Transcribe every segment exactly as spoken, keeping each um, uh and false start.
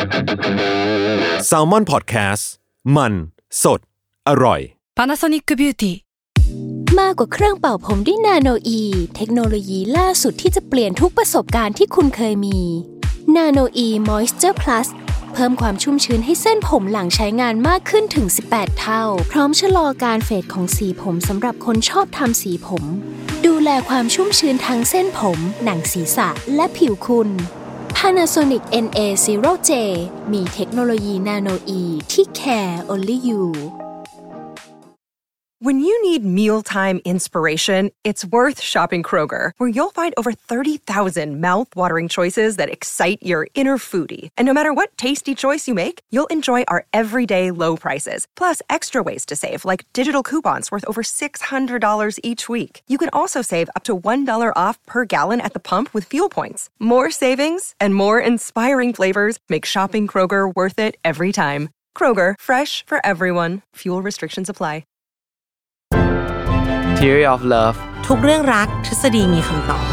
Salmon Podcast มันสดอร่อย Panasonic Beauty มากกว่าเครื่องเป่าผมด้วยนาโนอีเทคโนโลยีล่าสุดที่จะเปลี่ยนทุกประสบการณ์ที่คุณเคยมีนาโนอีมอยส์เจอร์พลัสเพิ่มความชุ่มชื้นให้เส้นผมหลังใช้งานมากขึ้นถึงสิบแปดเท่าพร้อมชะลอการเฟดของสีผมสำหรับคนชอบทำสีผมดูแลความชุ่มชื้นทั้งเส้นผมหนังศีรษะและผิวคุณ Panasonic เอ็น เอ ศูนย์ เจ มีเทคโนโลยีนาโนอีที่ care only you When you need mealtime inspiration, it's worth shopping Kroger, where you'll find over thirty thousand mouth-watering choices that excite your inner foodie. And no matter what tasty choice you make, you'll enjoy our everyday low prices, plus extra ways to save, like digital coupons worth over six hundred dollars each week. You can also save up to one dollar off per gallon at the pump with fuel points. More savings and more inspiring flavors make shopping Kroger worth it every time. Kroger, fresh for everyone. Fuel restrictions apply. Theory of Love ทุกเรื่องรักทฤษฎีมีคำตอบ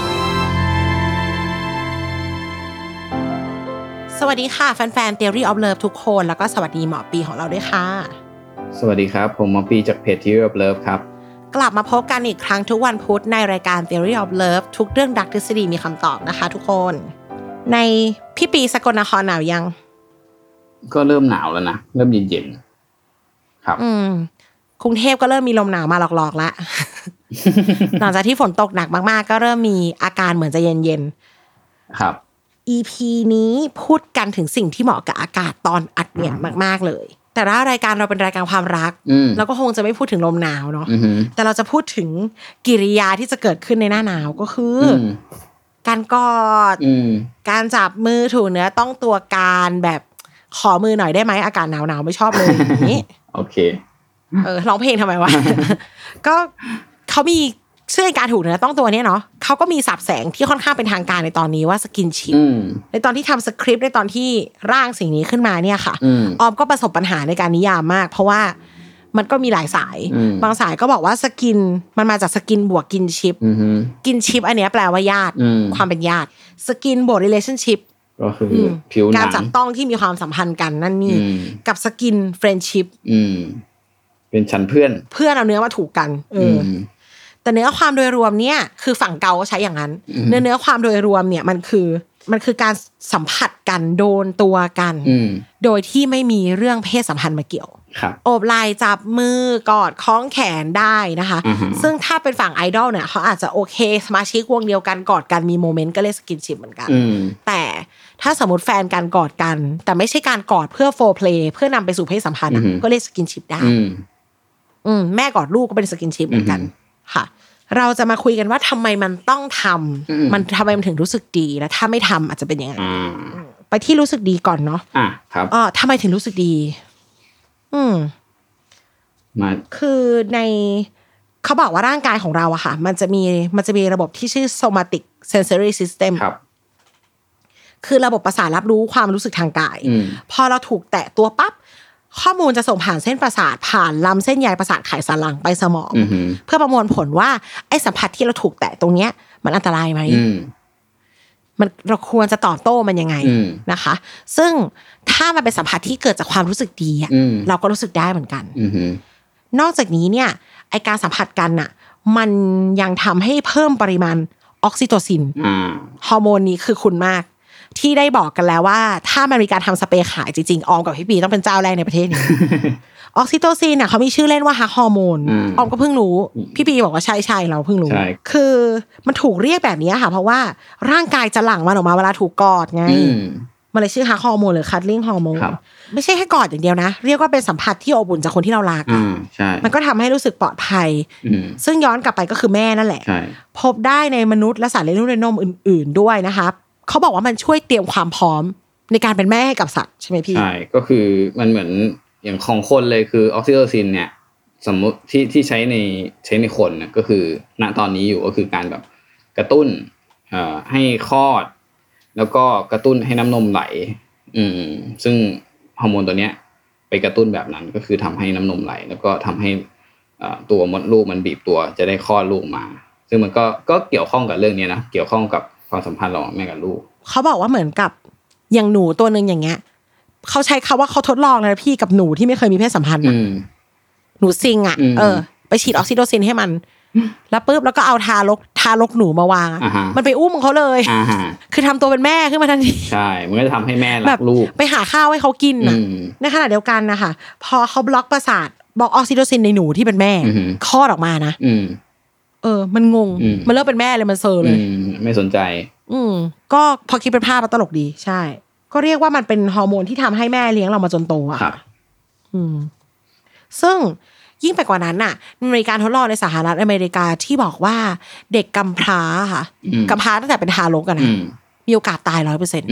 สวัสดีค่ะแฟนๆ Theory of Love ทุกคนแล้วก็สวัสดีหมอปีของเราด้วยค่ะสวัสดีครับผมหมอปีจากเพจ Theory of Love ครับกลับมาพบกันอีกครั้งทุกวันพุธในรายการ Theory of Love ทุกเรื่องรักทฤษฎีมีคำตอบนะคะทุกคนในพี่ปีสกลนครหนาวยังก็เริ่มหนาวแล้วนะเริ่มเย็นๆครับอืมกรุงเทพก็เริ่มมีลมหนาวมาหลอกๆแล้ว หลังจากที่ฝนตกหนักมากๆก็เริ่มมีอาการเหมือนจะเย็นๆครับอี พี นี้พูดกันถึงสิ่งที่เหมาะกับอากาศตอนอัดเนี่ยมากๆเลยแต่ถ้ารายการเราเป็นรายการความรักเราก็คงจะไม่พูดถึงลมหนาวเนาะแต่เราจะพูดถึงกิริยาที่จะเกิดขึ้นในหน้าหนาวก็คือการกอดการจับมือถูเนื้อต้องตัวการแบบขอมือหน่อยได้ไหมอากาศหนาวๆไม่ชอบเลยอย่างนี้โอเคเออร้องเพลงทำไมวะ ก็เขามีชื่อการถูกเนื้อต้องตัวเนี้ยเนาะเขาก็มีศัพท์แสงที่ค่อนข้างเป็นทางการในตอนนี้ว่าสกินชิปในตอนที่ทำสคริปต์ในตอนที่ร่างสิ่งนี้ขึ้นมาเนี่ยค่ะออมก็ประสบปัญหาในการนิยามมากเพราะว่ามันก็มีหลายสายบางสายก็บอกว่าสกินมันมาจากสกินบวกกินชิปกินชิปอันเนี้ยแปลว่าญาติความเป็นญาติสกินบวก relationship ก็คือผิวหนังการจับต้องที่มีความสัมพันธ์กันนั่นนี่กับสกิน friendship เป็นชั้นเพื่อนเพื่อนเอาเนื้อมาถูกกันเออแต่เนื้อความโดยรวมเนี่ยคือฝั่งเกาก็ใช้อย่างนั้นเนื้อเนื้อความโดยรวมเนี่ยมันคือมันคือการสัมผัสกันโดนตัวกันโดยที่ไม่มีเรื่องเพศสัมพันธ์มาเกี่ยวโอบไหล่จับมือกอดคล้องแขนได้นะคะซึ่งถ้าเป็นฝั่งไอดอลเนี่ยเขาอาจจะโอเคสมาชิกวงเดียวกันกอดกันมีโมเมนต์ก็เรียกสกินชิปเหมือนกันแต่ถ้าสมมติแฟนกันกอดกันแต่ไม่ใช่การกอดเพื่อโฟร์เพลย์เพื่อนำไปสู่เพศสัมพันธ์ก็เรียกสกินชิปได้อืมแม่กอดลูกก็เป็นสกินชิปเหมือนกันค่ะเราจะมาคุยกันว่าทำไมมันต้องทำมันทำไมมันถึงรู้สึกดีและถ้าไม่ทำอาจจะเป็นยังไงไปที่รู้สึกดีก่อนเนาะอ่ะครับอ๋อทำไมถึงรู้สึกดีอืมมาคือในเขาบอกว่าร่างกายของเราอะค่ะมันจะมีมันจะมีระบบที่ชื่อ somatic sensory system ครับคือระบบประสาทรับรู้ความรู้สึกทางกายพอเราถูกแตะตัวปั๊บข้อมูลจะส่งผ่านเส้นประสาทผ่านลำเส้นใยประสาทไขสันหลังไปสมองเพื่อประมวลผลว่าไอ้สัมผัสที่เราถูกแตะตรงเนี้ยมันอันตรายไหมมันเราควรจะตอบโต้มันยังไงนะคะซึ่งถ้ามันเป็นสัมผัสที่เกิดจากความรู้สึกดีอ่ะเราก็รู้สึกได้เหมือนกันนอกจากนี้เนี่ยไอ้การสัมผัสกันน่ะมันยังทำให้เพิ่มปริมาณออกซิโทซินฮอร์โมนนี้คือคุณมากที่ได้บอกกันแล้วว่าถ้ามันมีการทำสเปรย์ขายจริงๆออมกับพี่ปีต้องเป็นเจ้าแรกในประเทศนี้ ออกซิโทซินน่ะเขามีชื่อเล่นว่าฮักฮอร์โมนออมก็เพิ่งรู้พี่ปีบอกว่าใช่ๆเราเพิ่งรู้คือมันถูกเรียกแบบนี้ค่ะเพราะว่าร่างกายจะหลั่งมันออกมาเวลาถูกกอดไงมันเลยชื่อฮักฮอร์โมนหรือคัดลิ่งฮอร์โมนไม่ใช่แค่กอดอย่างเดียวนะเรียกว่าเป็นสัมผัสที่อบอุ่นจากคนที่เรารักอ่ะมันก็ทำให้รู้สึกปลอดภัยซึ่งย้อนกลับไปก็คือแม่นั่นแหละพบได้ในมนุษย์และสัตว์เลี้ยงลูกด้วยนมอื่นๆด้วยนะคะเขาบอกว่ามันช่วยเตรียมความพร้อมในการเป็นแม่ให้กับสัตว์ใช่ไหมพี่ใช่ก็คือมันเหมือนอย่างของคนเลยคือออกซิโทซินเนี่ยสมมติที่ที่ใช้ในใช้ในคนเนี่ยก็คือณตอนนี้อยู่ก็คือการแบบกระตุ้นเอ่อให้คลอดแล้วก็กระตุ้นให้น้ำนมไหลอืมซึ่งฮอร์โมนตัวเนี้ยไปกระตุ้นแบบนั้นก็คือทำให้น้ำนมไหลแล้วก็ทำให้อ่าตัวมดลูกมันบีบตัวจะได้คลอดลูกมาซึ่งมันก็ก็เกี่ยวข้องกับเรื่องนี้นะเกี่ยวข้องกับความสัมพันธ์ระหว่างแม่กับลูกเขาบอกว่าเหมือนกับอย่างหนูตัวนึงอย่างเงี้ยเขาใช้คำว่าเขาทดลองนะพี่กับหนูที่ไม่เคยมีเพศสัมพันธ์อ่ะหนูซิงอ่ะเออไปฉีดออกซิโทซินให้มันแล้วปุ๊บแล้วก็เอาทารกทารกหนูมาวางมันไปอุ้มเขาเลยคือทำตัวเป็นแม่ขึ้นมาทันทีใช่มันก็จะทำให้แม่รักลูกไปหาข้าวให้เขากินอ่ะในขณะเดียวกันนะคะพอเขาบล็อกประสาทบล็อกออกซิโทซินในหนูที่เป็นแม่คลอดออกมานะเออมันงงมันเลิกเป็นแม่เลยมันเซอร์เลยไม่สนใจอืมก็พอคิดเป็นภาพมันตลกดีใช่ก็เรียกว่ามันเป็นฮอร์โมนที่ทำให้แม่เลี้ยงเรามาจนโตอ่ะอืมซึ่งยิ่งไปกว่านั้นน่ะมันมีการทดลองในสหรัฐอเมริกาที่บอกว่าเด็กกำพร้าค่ะกำพร้าตั้งแต่เป็นทารกกันนะมีโอกาสตายร้อยเปอร์เซ็นต์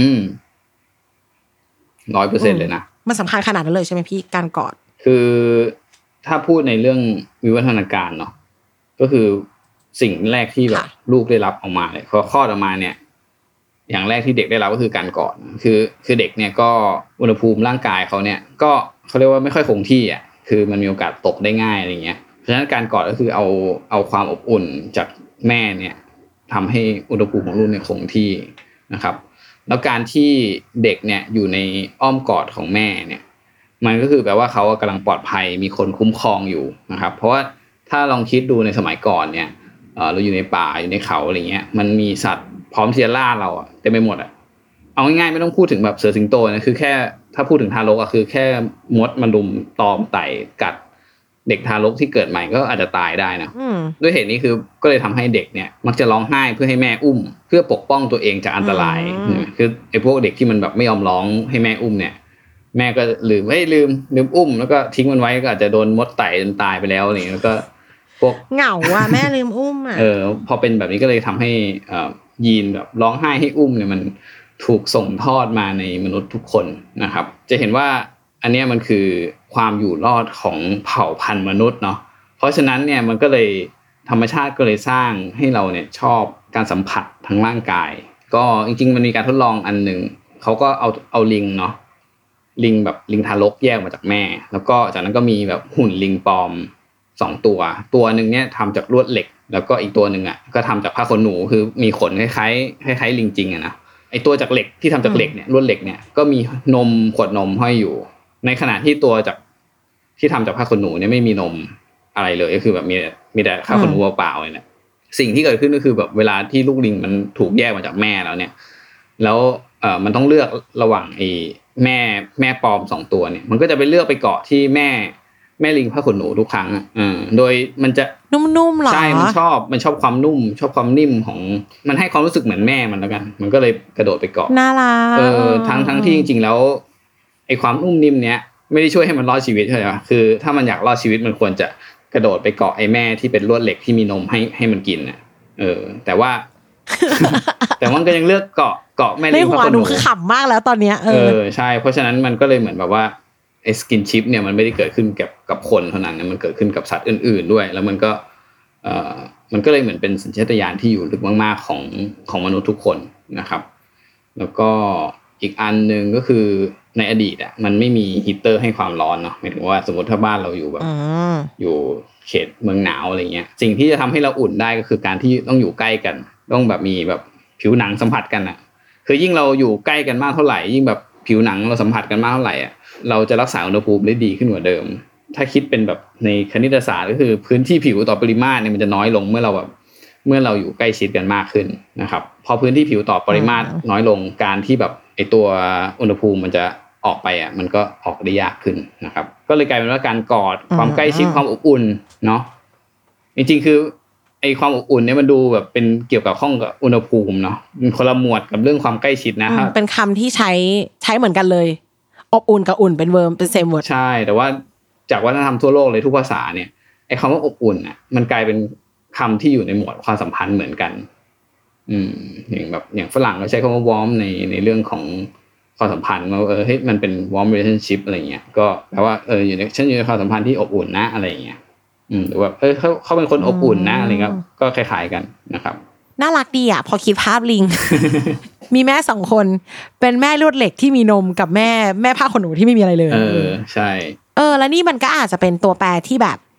ร้อยเปอร์เซ็นต์เลยนะมันสำคัญขนาดนั้นเลยใช่ไหมพี่การกอดคือถ้าพูดในเรื่องวิวัฒนาการเนาะก็คือสิ่งแรกที่แบบลูกได้รับออกมาเลยพอคลอดออกมาเนี่ยอย่างแรกที่เด็กได้รับก็คือการกอดคือคือเด็กเนี่ยก็อุณหภูมิร่างกายเขาเนี่ยก็เขาเรียกว่าไม่ค่อยคงที่อ่ะคือมันมีโอกาสตกได้ง่ายอะไรเงี้ยเพราะฉะนั้นการกอดก็คือเอาเอาความอบอุ่นจากแม่เนี่ยทำให้อุณหภูมิของลูกเนี่ยคงที่นะครับแล้วการที่เด็กเนี่ยอยู่ในอ้อมกอดของแม่เนี่ยมันก็คือแปลว่าเขากำลังปลอดภัยมีคนคุ้มครองอยู่นะครับเพราะว่าถ้าลองคิดดูในสมัยก่อนเนี่ยเออเราอยู่ในป่าอยู่ในเขาอะไรเงี้ยมันมีสัตว์พร้อมที่จะล่าเราอ่ะเต็มไปหมดอ่ะเอาง่ายๆไม่ต้องพูดถึงแบบเสือสิงโตนะคือแค่ถ้าพูดถึงทารกอ่ะคือแค่มดมันรุมตอมไต่กัดเด็กทารกที่เกิดใหม่ก็อาจจะตายได้นะด้วยเหตุนี้คือก็เลยทำให้เด็กเนี่ยมักจะร้องไห้เพื่อให้แม่อุ้มเพื่อปกป้องตัวเองจากอันตรายคือไอ้พวกเด็กที่มันแบบไม่ยอมร้องให้แม่อุ้มเนี่ยแม่ก็ลืมเฮ้ยลืมลืมอุ้มแล้วก็ทิ้งมันไว้ก็อาจจะโดนมดไต่จนตายไปแล้วอะไรอย่างเงี้ยแล้วก็พวกเหงาว่ะแม่ลืมอุ้มอ่ะเออพอเป็นแบบนี้ก็เลยทำให้อ่ายีนแบบร้องไห้ให้อุ้มเนี่ยมันถูกส่งทอดมาในมนุษย์ทุกคนนะครับจะเห็นว่าอันนี้มันคือความอยู่รอดของเผ่าพันธุ์มนุษย์เนาะเพราะฉะนั้นเนี่ยมันก็เลยธรรมชาติก็เลยสร้างให้เราเนี่ยชอบการสัมผัสทางร่างกายก็จริงๆมันมีการทดลองอันหนึ่งเขาก็เอาเอาลิงเนาะลิงแบบลิงทารกแยกมาจากแม่แล้วก็จากนั้นก็มีแบบหุ่นลิงปลอมสองตัวตัวนึงเนี่ยทำจากลวดเหล็กแล้วก็อีกตัวนึงอ่ะก็ทำจากผ้าขนหนูคือมีขนคล้ายๆคล้ายๆลิงจริงอ่ะนะไอตัวจากเหล็กที่ทำจากเหล็กเนี่ยลวดเหล็กเนี่ยก็มีนมขวดนมห้อยอยู่ในขณะที่ตัวจากที่ทำจากผ้าขนหนูเนี่ยไม่มีนมอะไรเลยก็คือแบบมีมีแต่ผ้าขนหนูเปล่าๆเลยเนี่ยสิ่งที่เกิดขึ้นก็คือแบบเวลาที่ลูกลิงมันถูกแยกมาจากแม่แล้วเนี่ยแล้วเอ่อมันต้องเลือกระหว่างไอแม่แม่ปลอมสองตัวเนี่ยมันก็จะไปเลือกไปเกาะที่แม่แม่ลิงผ้าขนหนูทุกครั้งอ่ะเออโดยมันจะนุ่มๆหรอใช่มันชอบมันชอบความนุ่มชอบความนิ่มของมันให้ความรู้สึกเหมือนแม่มันแล้วกันมันก็เลยกระโดดไปเกาะน่ารักเออทั้งทั้งที่จริงๆแล้วไอ้ความนุ่มนิ่มเนี้ยไม่ได้ช่วยให้มันรอดชีวิตใช่ไหมคือถ้ามันอยากรอดชีวิตมันควรจะกระโดดไปเกาะไอ้แม่ที่เป็นลวดเหล็กที่มีนมให้ให้มันกินน่ะเออแต่ว่า แต่มันก็ยังเลือกเกาะเกาะแม่ลิงผ้าขนหนูคือขำมากแล้วตอนเนี้ยเออใช่เพราะฉะนั้นมันก็เลยเหมือนแบบว่าไอ้สกินชิปเนี่ยมันไม่ได้เกิดขึ้นกับกับคนเท่านั้นนะมันเกิดขึ้นกับสัตว์อื่นๆด้วยแล้วมันก็เอ่อมันก็เลยเหมือนเป็นสัญชาตญาณที่อยู่ลึกมากๆของของมนุษย์ทุกคนนะครับแล้วก็อีกอันนึงก็คือในอดีตอ่ะมันไม่มีฮีตเตอร์ให้ความร้อนเนาะหมายถึงว่าสมมติถ้าบ้านเราอยู่แบบอยู่เขตเมืองหนาวอะไรเงี้ยสิ่งที่จะทำให้เราอุ่นได้ก็คือการที่ต้องอยู่ใกล้กันต้องแบบมีแบบผิวหนังสัมผัสกันอ่ะคือยิ่งเราอยู่ใกล้กันมากเท่าไหร่ยิ่งแบบผิวหนังเราสัมผัสกันมากเท่าไหร่อ่ะเราจะรักษาอุณหภูมิได้ดีขึ้นกว่าเดิมถ้าคิดเป็นแบบในคณิตศาสตร์ก็คือพื้นที่ผิวต่อปริมาตรเนี่ยมันจะน้อยลงเมื่อเราแบบเมื่อเราอยู่ใกล้ชิดกันมากขึ้นนะครับพอพื้นที่ผิวต่อปริมาตรน้อยลงการที่แบบไอตัวอุณหภูมิมันจะออกไปอ่ะมันก็ออกได้ยากขึ้นนะครับก็เลยกลายเป็นว่าการกอดความใกล้ชิดความอบอุ่นเนาะจริงๆคือไอความอบอุ่นเนี่ยมันดูแบบเป็นเกี่ยวกับข้องกับอุณหภูมิเนาะมันคนละหมวดกับเรื่องความใกล้ชิดนะครับเป็นคำที่ใช้ใช้เหมือนกันเลยอบอุ่นกับอุ่นเป็นเวิร์มเป็นเซมเวิร์ดใช่แต่ว่าจากวัฒนธรรมทั่วโลกเลยทุกภาษาเนี่ยไอ้คำว่าอบอุ่นอ่ะมันกลายเป็นคำที่อยู่ในหมวดความสัมพันธ์เหมือนกันอืมอย่างแบบอย่างฝรั่งก็ใช้คำว่า warm ในในเรื่องของความสัมพันธ์ว่าเออเฮ้ยมันเป็น warm relationship อะไรเงี้ยก็แปลว่าเอออยู่ในฉันอยู่ในความสัมพันธ์ที่อบอุ่นนะอะไรเงี้ยอืมหรือว่าเออเขาเขาเป็นคนอบอุ่นนะอะไรเงี้ยก็คล้ายๆกันนะครับน่ารักดีอ่ะพอคิดภาพลิง มีแม่สองคนเป็นแม่ลวดเหล็กที่มีนมกับแม่แม่ผ้าขนหนูที่ไม่มีอะไรเลยเออใช่เออแล้วนี่มันก็อาจจะเป็นตัวแปรที่แบบ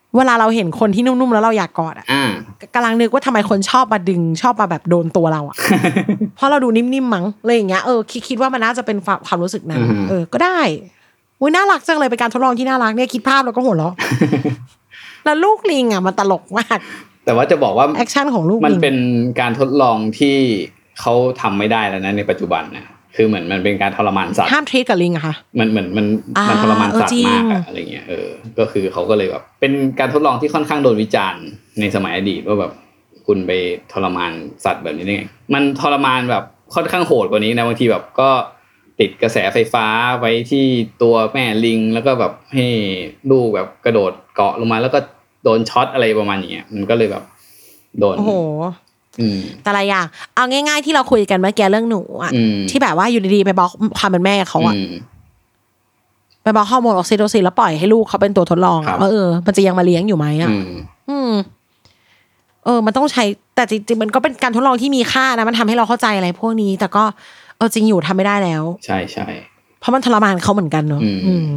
เวลาเราเห็นคนที่นุ่มๆแล้วเราอยากกอดอ่ะกำลังนึกว่าทำไมคนชอบมาดึงชอบมาแบบโดนตัวเราอ่ะ เพราะเราดูนิ่มๆมั้งเลยอย่างเงี้ยเออคิดว่ามันน่าจะเป็นความรู้สึกนั้นเออก็ได้อุ้ยน่ารักจังเลยเป็นการทดลองที่น่ารักเนี่ยคิดภาพแล้วก็หัวเราะ แล้วลูกลิงอ่ะมันตลกมากแต่ว่าจะบอกว่าแอคชั่นของลูกมันเป็นการทดลองที่เขาทำไม่ได้แล้วนะในปัจจุบันนะคือเหมือนมันเป็นการทรมานสัตว์ห้ามทรีตกับลิงอะค่ะมันเหมือนมันมันทรมานสัตว์มากอะอะไรเงี้ยเออก็คือเขาก็เลยแบบเป็นการทดลองที่ค่อนข้างโดนวิจารณ์ในสมัยอดีตว่าแบบคุณไปทรมานสัตว์แบบนี้ได้ไงมันทรมานแบบค่อนข้างโหดกว่านี้นะบางทีแบบก็ติดกระแสไฟฟ้าไว้ที่ตัวแม่ลิงแล้วก็แบบให้ลูกแบบกระโดดเกาะลงมาแล้วก็โดนช็อตอะไรประมาณนี้มันก็เลยแบบโดนโอ้โหแต่ละอย่างเอาง่ายๆที่เราคุยกันเมื่อกี้เรื่องหนูอ่ะที่แบบว่าอยู่ดีๆไปบอกความเป็นแม่เขาอ่ะไปบอกฮอร์โมนออกซิโทซินแล้วปล่อยให้ลูกเขาเป็นตัวทดลองอ่ะว่าเออมันจะยังมาเลี้ยงอยู่ไหมอ่ะอืมเออมันต้องใช้แต่จริงๆมันก็เป็นการทดลองที่มีค่านะมันทำให้เราเข้าใจอะไรพวกนี้แต่ก็เออจริงอยู่ทำไม่ได้แล้วใช่ใช่เพราะมันทรมานเขาเหมือนกันเนอะอืม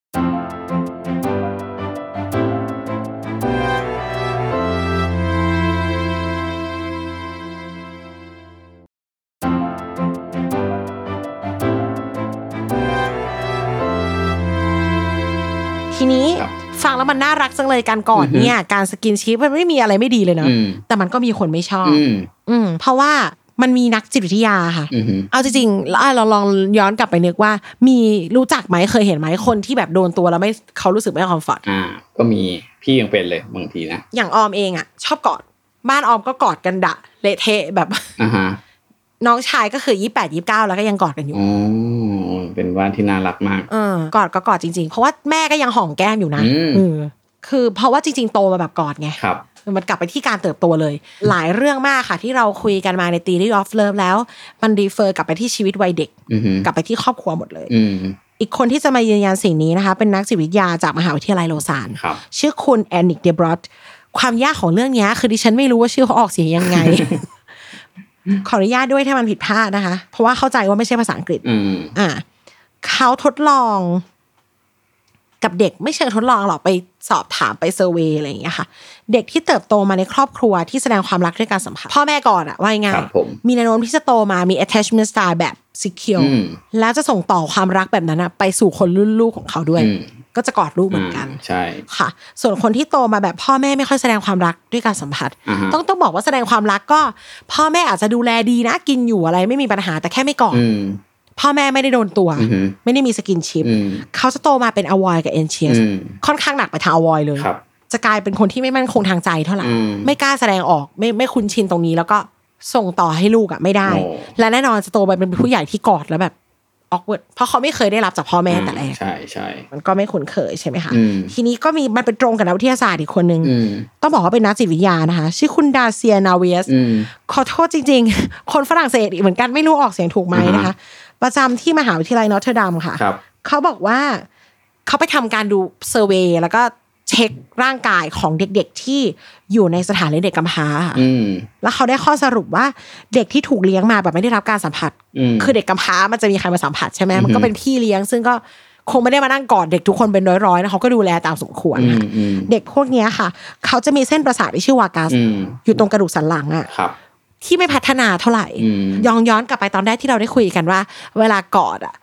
ทีนี้ฟังแล้วมันน่ารักจังเลยการกอดเนี่ยการสกินชิปมันไม่มีอะไรไม่ดีเลยเนาะแต่มันก็มีคนไม่ชอบอืมเพราะว่ามันมีนักจิตวิทยาค่ะเอาจริงๆแล้วเราลองย้อนกลับไปนึกว่ามีรู้จักไหมเคยเห็นไหมคนที่แบบโดนตัวแล้วไม่เขารู้สึกไม่คอมฟอร์ตอ่าก็มีพี่ยังเป็นเลยบางทีนะอย่างออมเองอ่ะชอบกอดบ้านออมก็กอดกันดะเละเทะแบบอ่าฮะน้องชายก็คือยี่สิบแปด ยี่สิบเก้าแล้วก็ยังกอดกันอยู่อ๋อเป็นบ้านที่น่ารักมากเออกอดก็กอดจริงๆเพราะว่าแม่ก็ยังหอมแก้มอยู่นะอือคือเพราะว่าจริงๆโตมาแบบกอดไงครับมันกลับไปที่การเติบโตเลยหลายเรื่องมากค่ะที่เราคุยกันมาใน Theory of Love แล้วมันรีเฟอร์กลับไปที่ชีวิตวัยเด็กกลับไปที่ครอบครัวหมดเลยอีกคนที่จะมายืนยันสิ่งนี้นะคะเป็นนักจิตวิทยาจากมหาวิทยาลัยโลซานชื่อคุณแอนนิกเดบรอตความยากของเรื่องนี้คือดิฉันไม่รู้ว่าชื่อเขาออกเสียงยังไง ขออนุญาตด้วยถ้ามันผิดพลาดนะคะเพราะว่าเข้าใจว่าไม่ใช่ภาษาอังกฤษอ่าเขาทดลองกับเด็กไม่เชิงทดลองหรอกไปสอบถามไปเซอร์เวย์อะไรอย่างเงี้ยค่ะเด็กที่เติบโตมาในครอบครัวที่แสดงความรักด้วยการสัมผัสพ่อแม่ก่อนอะว่าง่ายมีแนวโน้มที่จะโตมามี attachment style แบบ secure แล้วจะส่งต่อความรักแบบนั้นอะไปสู่คนรุ่นลูกของเขาด้วยก็จะกอดลูกเหมือนกันใช่ค่ะส่วนคนที่โตมาแบบพ่อแม่ไม่ค่อยแสดงความรักด้วยการสัมผัสต้องต้องบอกว่าแสดงความรักก็พ่อแม่อาจจะดูแลดีนะกินอยู่อะไรไม่มีปัญหาแต่แค่ไม่กอดพ่อแม่ไม่ได้โดนตัวไม่ได้มีสกินชิปเขาจะโตมาเป็น avoid กับ anxious ค่อนข้างหนักไปทาง avoid เลยจะกลายเป็นคนที่ไม่มั่นคงทางใจเท่าไหร่ไม่กล้าแสดงออกไม่ไม่คุ้นชินตรงนี้แล้วก็ส่งต่อให้ลูกอ่ะไม่ได้และแน่นอนจะโตไปเป็นผู้ใหญ่ที่กอดแล้วแบบawkward เพราะเขาไม่เคยได้รับจากพ่อแม่แต่แรกใช่ใช่มันก็ไม่คุ้นเคยใช่ไหมคะทีนี้ก็มีมันเป็นตรงกับนักวิทยาศาสตร์อีกคนนึงต้องบอกว่าเป็นนักจิตวิทยานะคะชื่อคุณดาเซียนาเวียสขอโทษจริงๆคนฝรั่งเศสอีกเหมือนกันไม่รู้ออกเสียงถูกไหมนะคะประจำที่มหาวิทยาลัยนอร์ทเทอร์ดัมค่ะเขาบอกว่าเขาไปทำการดูเซอร์เวย์แล้วก็เช็คร่างกายของเด็กๆที่อยู่ในสถานเลี้ยงเด็กกำพร้าค่ะแล้วเขาได้ข้อสรุปว่าเด็กที่ถูกเลี้ยงมาแบบไม่ได้รับการสัมผัสคือเด็กกำพร้ามันจะมีใครมาสัมผัสใช่ไหมมันก็เป็นพี่เลี้ยงซึ่งก็คงไม่ได้มานั่งกอดเด็กทุกคนเป็นร้อยๆนะเขาก็ดูแลตามสมควรค่ะเด็กพวกนี้ค่ะเขาจะมีเส้นประสาทที่ชื่อวากัสอยู่ตรงกระดูกสันหลังอ่ะที่ไม่พัฒนาเท่าไหร่ย้อนย้อนกลับไปตอนแรกที่เราได้คุยกันว่าเวลากอดอ่ะ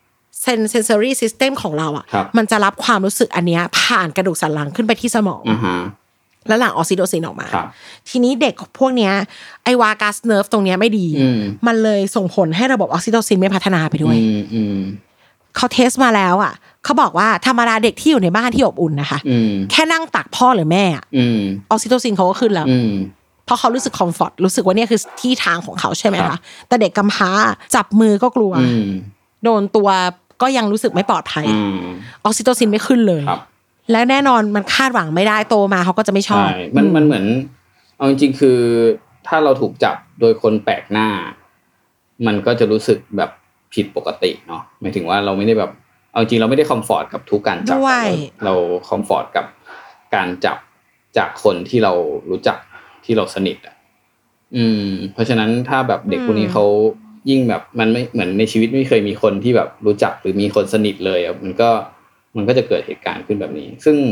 sensory system ของเราอ่ะมันจะรับความรู้สึกอันเนี้ยผ่านกระดูกสันหลังขึ้นไปที่สมองแล้วหลั่งออกซิโทซินออกมาทีนี้เด็กพวกเนี้ยไอวากัสเนิร์ฟตรงเนี้ยไม่ดีมันเลยส่งผลให้ระบบออกซิโทซินไม่พัฒนาไปด้วยเขาเทสมาแล้วอ่ะเขาบอกว่าธรรมดาเด็กที่อยู่ในบ้านที่อบอุ่นนะคะแค่นั่งตักพ่อหรือแม่ออกซิโทซินเขาก็ขึ้นแล้วเพราะเขารู้สึกคอมฟอร์ตรู้สึกว่าเนี่ยคือที่ทางของเขาใช่ไหมคะแต่เด็กกำพร้าจับมือก็กลัวโดนตัวก็ยังรู้สึกไม่ปลอดภัยออกซิโทซินไม่ขึ้นเลยและแน่นอนมันคาดหวังไม่ได้โตมาเขาก็จะไม่ชอบมันมันเหมือนเอาจริงๆคือถ้าเราถูกจับโดยคนแปลกหน้ามันก็จะรู้สึกแบบผิดปกติเนาะหมายถึงว่าเราไม่ได้แบบเอาจริงเราไม่ได้คอมฟอร์ตกับทุกการจับเราคอมฟอร์ตกับการจับจากคนที่เรารู้จักที่เราสนิทอ่ะอืมเพราะฉะนั้นถ้าแบบเด็กพวกนี้เขายิ่งแบบมันไม่เหมือนในชีวิตไม่เคยมีคนที่แบบรู้จักหรือมีคนสนิทเลยอ่ะมันก็มันก็จะเกิดเหตุการณ์ขึ้นแบบนี้ซึ่ง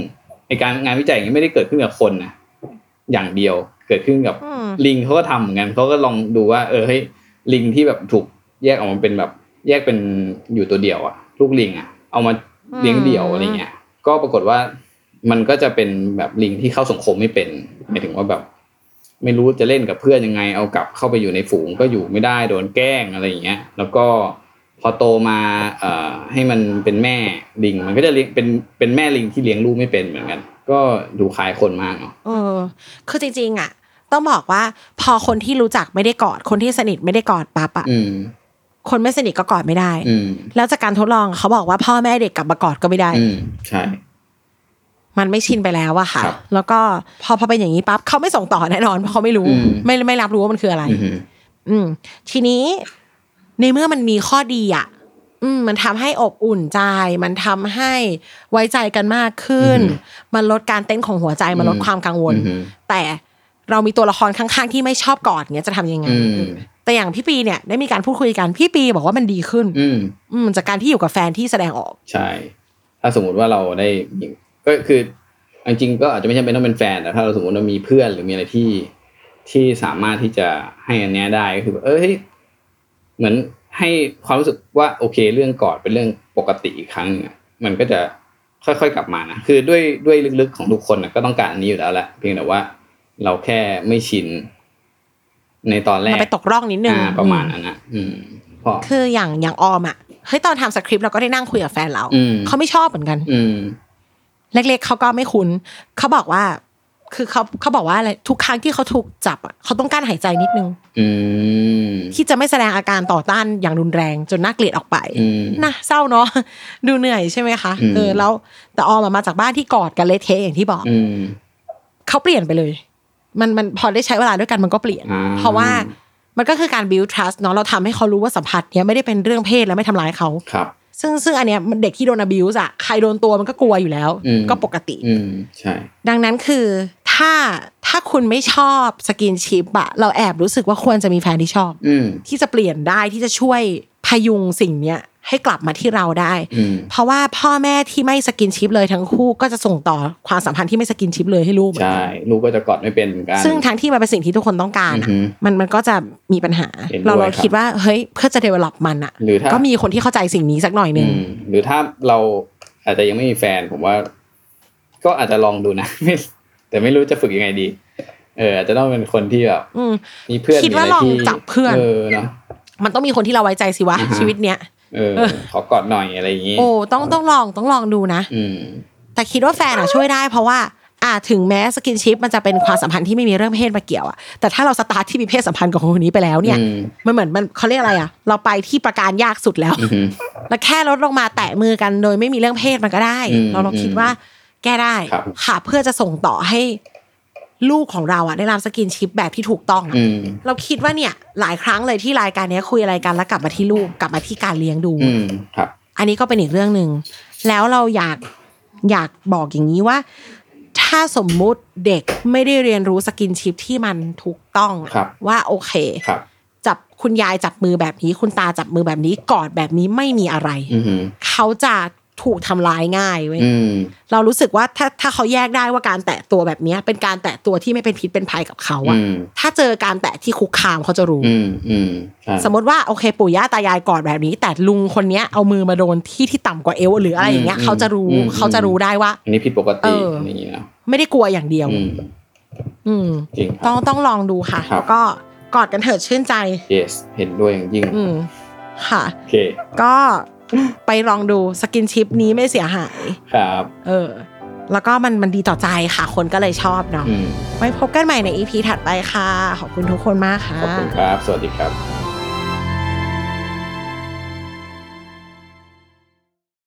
ไอ้การงานวิจัยอย่างนี้ไม่ได้เกิดขึ้นกับคนนะอย่างเดียวเกิดขึ้นกับลิงเขาก็ทำเหมือนกันเขาก็ลองดูว่าเออเฮ้ยลิงที่แบบถูกแยกออกมาเป็นแบบแยกเป็นอยู่ตัวเดียวอะลูกลิงอะเอามาเลี้ยงเดี่ยวอะไรเงี้ยก็ปรากฏว่ามันก็จะเป็นแบบลิงที่เข้าสังคมไม่เป็นหมายถึงว่าแบบไม่รู้จะเล่นกับเพื่อนยังไงเอากลับเข้าไปอยู่ในฝูงก็อยู่ไม่ได้โดนแกล้งอะไรอย่างเงี้ยแล้วก็พอโตมาเอ่อให้มันเป็นแม่ลิงมันก็จะเลี้ยงเป็นเป็นแม่ลิงที่เลี้ยงลูกไม่เป็นเหมือนกันก็ดูคล้ายคนมากเนาะเออคือจริงๆอ่ะต้องบอกว่าพอคนที่รู้จักไม่ได้กอดคนที่สนิทไม่ได้กอดปั๊บอ่ะคนไม่สนิทก็กอดไม่ได้แล้วจากการทดลองเขาบอกว่าพ่อแม่เด็กกลับมากอดก็ไม่ได้ใช่มันไม่ชินไปแล้วอะค่ะแล้วก็พอพอเป็นอย่างนี้ปั๊บเขาไม่ส่งต่อแน่นอนเพราะเขาไม่รู้ไม่ไม่รับรู้ว่ามันคืออะไรอืมทีนี้ในเมื่อมันมีข้อดีอะอืมมันทำให้อบอุ่นใจมันทำให้ไว้ใจกันมากขึ้นมันลดการเต้นของหัวใจมันลดความกังวลแต่เรามีตัวละครข้างๆที่ไม่ชอบกอดเงี้ยจะทำยังไงแต่อย่างพี่ปีเนี่ยได้มีการพูดคุยกันพี่ปีบอกว่ามันดีขึ้นอืมจากการที่อยู่กับแฟนที่แสดงออกใช่ถ้าสมมติว่าเราได้ก็คือจริงๆก็อาจจะไม่จำเป็นต้องเป็นแฟนแต่ถ้าเราสมมติว่ามีเพื่อนหรือมีอะไรที่ที่สามารถที่จะให้อันนี้ได้ก็คือเออเฮ้ยเหมือนให้ความรู้สึกว่าโอเคเรื่องกอดเป็นเรื่องปกติอีกครั้งนึงมันก็จะค่อยๆกลับมานะคือด้วยด้วยลึกๆของทุกคนก็ต้องการอันนี้อยู่แล้วแหละเพียงแต่ว่าเราแค่ไม่ชินในตอนแรกไปตกร่องนิดนึงประมาณนั้นนะอืมพอคืออย่างอย่างออมอ่ะเฮ้ยตอนทำสคริปต์เราก็ได้นั่งคุยกับแฟนเราเขาไม่ชอบเหมือนกันเล็กๆเขาก็ไม่คุ้นเขาบอกว่าคือเขาเขาบอกว่าอะไรทุกครั้งที่เขาถูกจับอ่ะเขาต้องการหายใจนิดนึงที่จะไม่แสดงอาการต่อต้านอย่างรุนแรงจนน่าเกลียดออกไปนะเศร้าเนาะดูเหนื่อยใช่ไหมคะเออแล้วแต่ออมมาจากบ้านที่กอดกันเละเทะอย่างที่บอกเขาเปลี่ยนไปเลยมันมันพอได้ใช้เวลาด้วยกันมันก็เปลี่ยนเพราะว่ามันก็คือการ build trust เนาะเราทำให้เขารู้ว่าสัมผัสเนี้ยไม่ได้เป็นเรื่องเพศและไม่ทำร้ายเขาครับซึ่งซึ่งอันเนี้ยเด็กที่โดน abuse อ่ะใครโดนตัวมันก็กลัวอยู่แล้วก็ปกติอืมใช่ดังนั้นคือถ้าถ้าคุณไม่ชอบสกินชิปอะเราแอบรู้สึกว่าควรจะมีแฟนที่ชอบที่จะเปลี่ยนได้ที่จะช่วยพยุงสิ่งเนี้ยให้กลับมาที่เราได้เพราะว่าพ่อแม่ที่ไม่สกินชิปเลยทั้งคู่ก็จะส่งต่อความสัมพันธ์ที่ไม่สกินชิปเลยให้ลูกใช่ลูกก็จะกอดไม่เป็นกันซึ่งทั้งที่มันเป็นสิ่งที่ทุกคนต้องการอะมันมันก็จะมีปัญหาเราเราคิดว่าเฮ้ยเพื่อจะ develop มันอะก็มีคนที่เข้าใจสิ่งนี้สักหน่อยนึงหรือถ้าเราอาจจะยังไม่มีแฟนผมว่าก็อาจจะลองดูนะแต่ไม่รู้จะฝึกยังไงดีเอออาจจะต้องเป็นคนที่แบบมีเพื่อนคิดว่าลองจับเพื่อนเออเนาะมันต้องมีคนที่เราไว้ใจสิวะชีวิตเนี้ยเออขอกอดหน่อยอะไรอย่างงี้โอ้ต้องต้องลองต้องลองดูนะแต่คิดว่าแฟนอ่ะช่วยได้เพราะว่าอ่ะถึงแม้สกินชิปมันจะเป็นความสัมพันธ์ที่ไม่มีเรื่องเพศมาเกี่ยวอ่ะแต่ถ้าเราสตาร์ทที่มีเพศสัมพันธ์กับคนนี้ไปแล้วเนี่ยมันเหมือนมันเขาเรียกอะไรอ่ะเราไปที่ประการยากสุดแล้วแล้วแค่ลดลงมาแตะมือกันโดยไม่มีเรื่องเพศมันก็ได้เราเราคิดว่าแก้ได้ค่ะเพื่อจะส่งต่อให้ลูกของเราอ่ะได้รับสกินชิปแบบที่ถูกต้องเราคิดว่าเนี่ยหลายครั้งเลยที่รายการนี้คุยอะไรกันแล้วกลับมาที่ลูกกลับมาที่การเลี้ยงดูอันนี้ก็เป็นอีกเรื่องนึงแล้วเราอยากอยากบอกอย่างนี้ว่าถ้าสมมุติเด็กไม่ได้เรียนรู้สกินชิปที่มันถูกต้องว่าโอเคจับคุณยายจับมือแบบนี้คุณตาจับมือแบบนี้กอดแบบนี้ไม่มีอะไรเขาจะถูกทำร้ายง่ายเว้ยเรารู้สึกว่าถ้าถ้าเขาแยกได้ว่าการแตะตัวแบบนี้เป็นการแตะตัวที่ไม่เป็นพิษเป็นภัยกับเขาอะถ้าเจอการแตะที่คุกคามเขาจะรู้สมมติว่าโอเคปู่ย่าตายายกอดแบบนี้แต่ลุงคนนี้เอามือมาโดนที่ที่ต่ำกว่าเอวหรืออะไรอย่างเงี้ยเขาจะรู้เขาจะรู้ได้ว่าอันนี้ผิดปกติอย่างนี้นะไม่ได้กลัวอย่างเดียวอืมต้องต้องลองดูค่ะแล้วก็กอดกันเถิดชื่นใจ yes เห็นด้วยอย่างยิ่งค่ะโอเคก็ไปลองดูสกินชิปนี้ไม่เสียหายครับเออแล้วก็มันมันดีต่อใจค่ะคนก็เลยชอบเนาะไว้พบกันใหม่ใน อี พี ถัดไปค่ะขอบคุณทุกคนมากค่ะขอบคุณครับสวัสดีครับ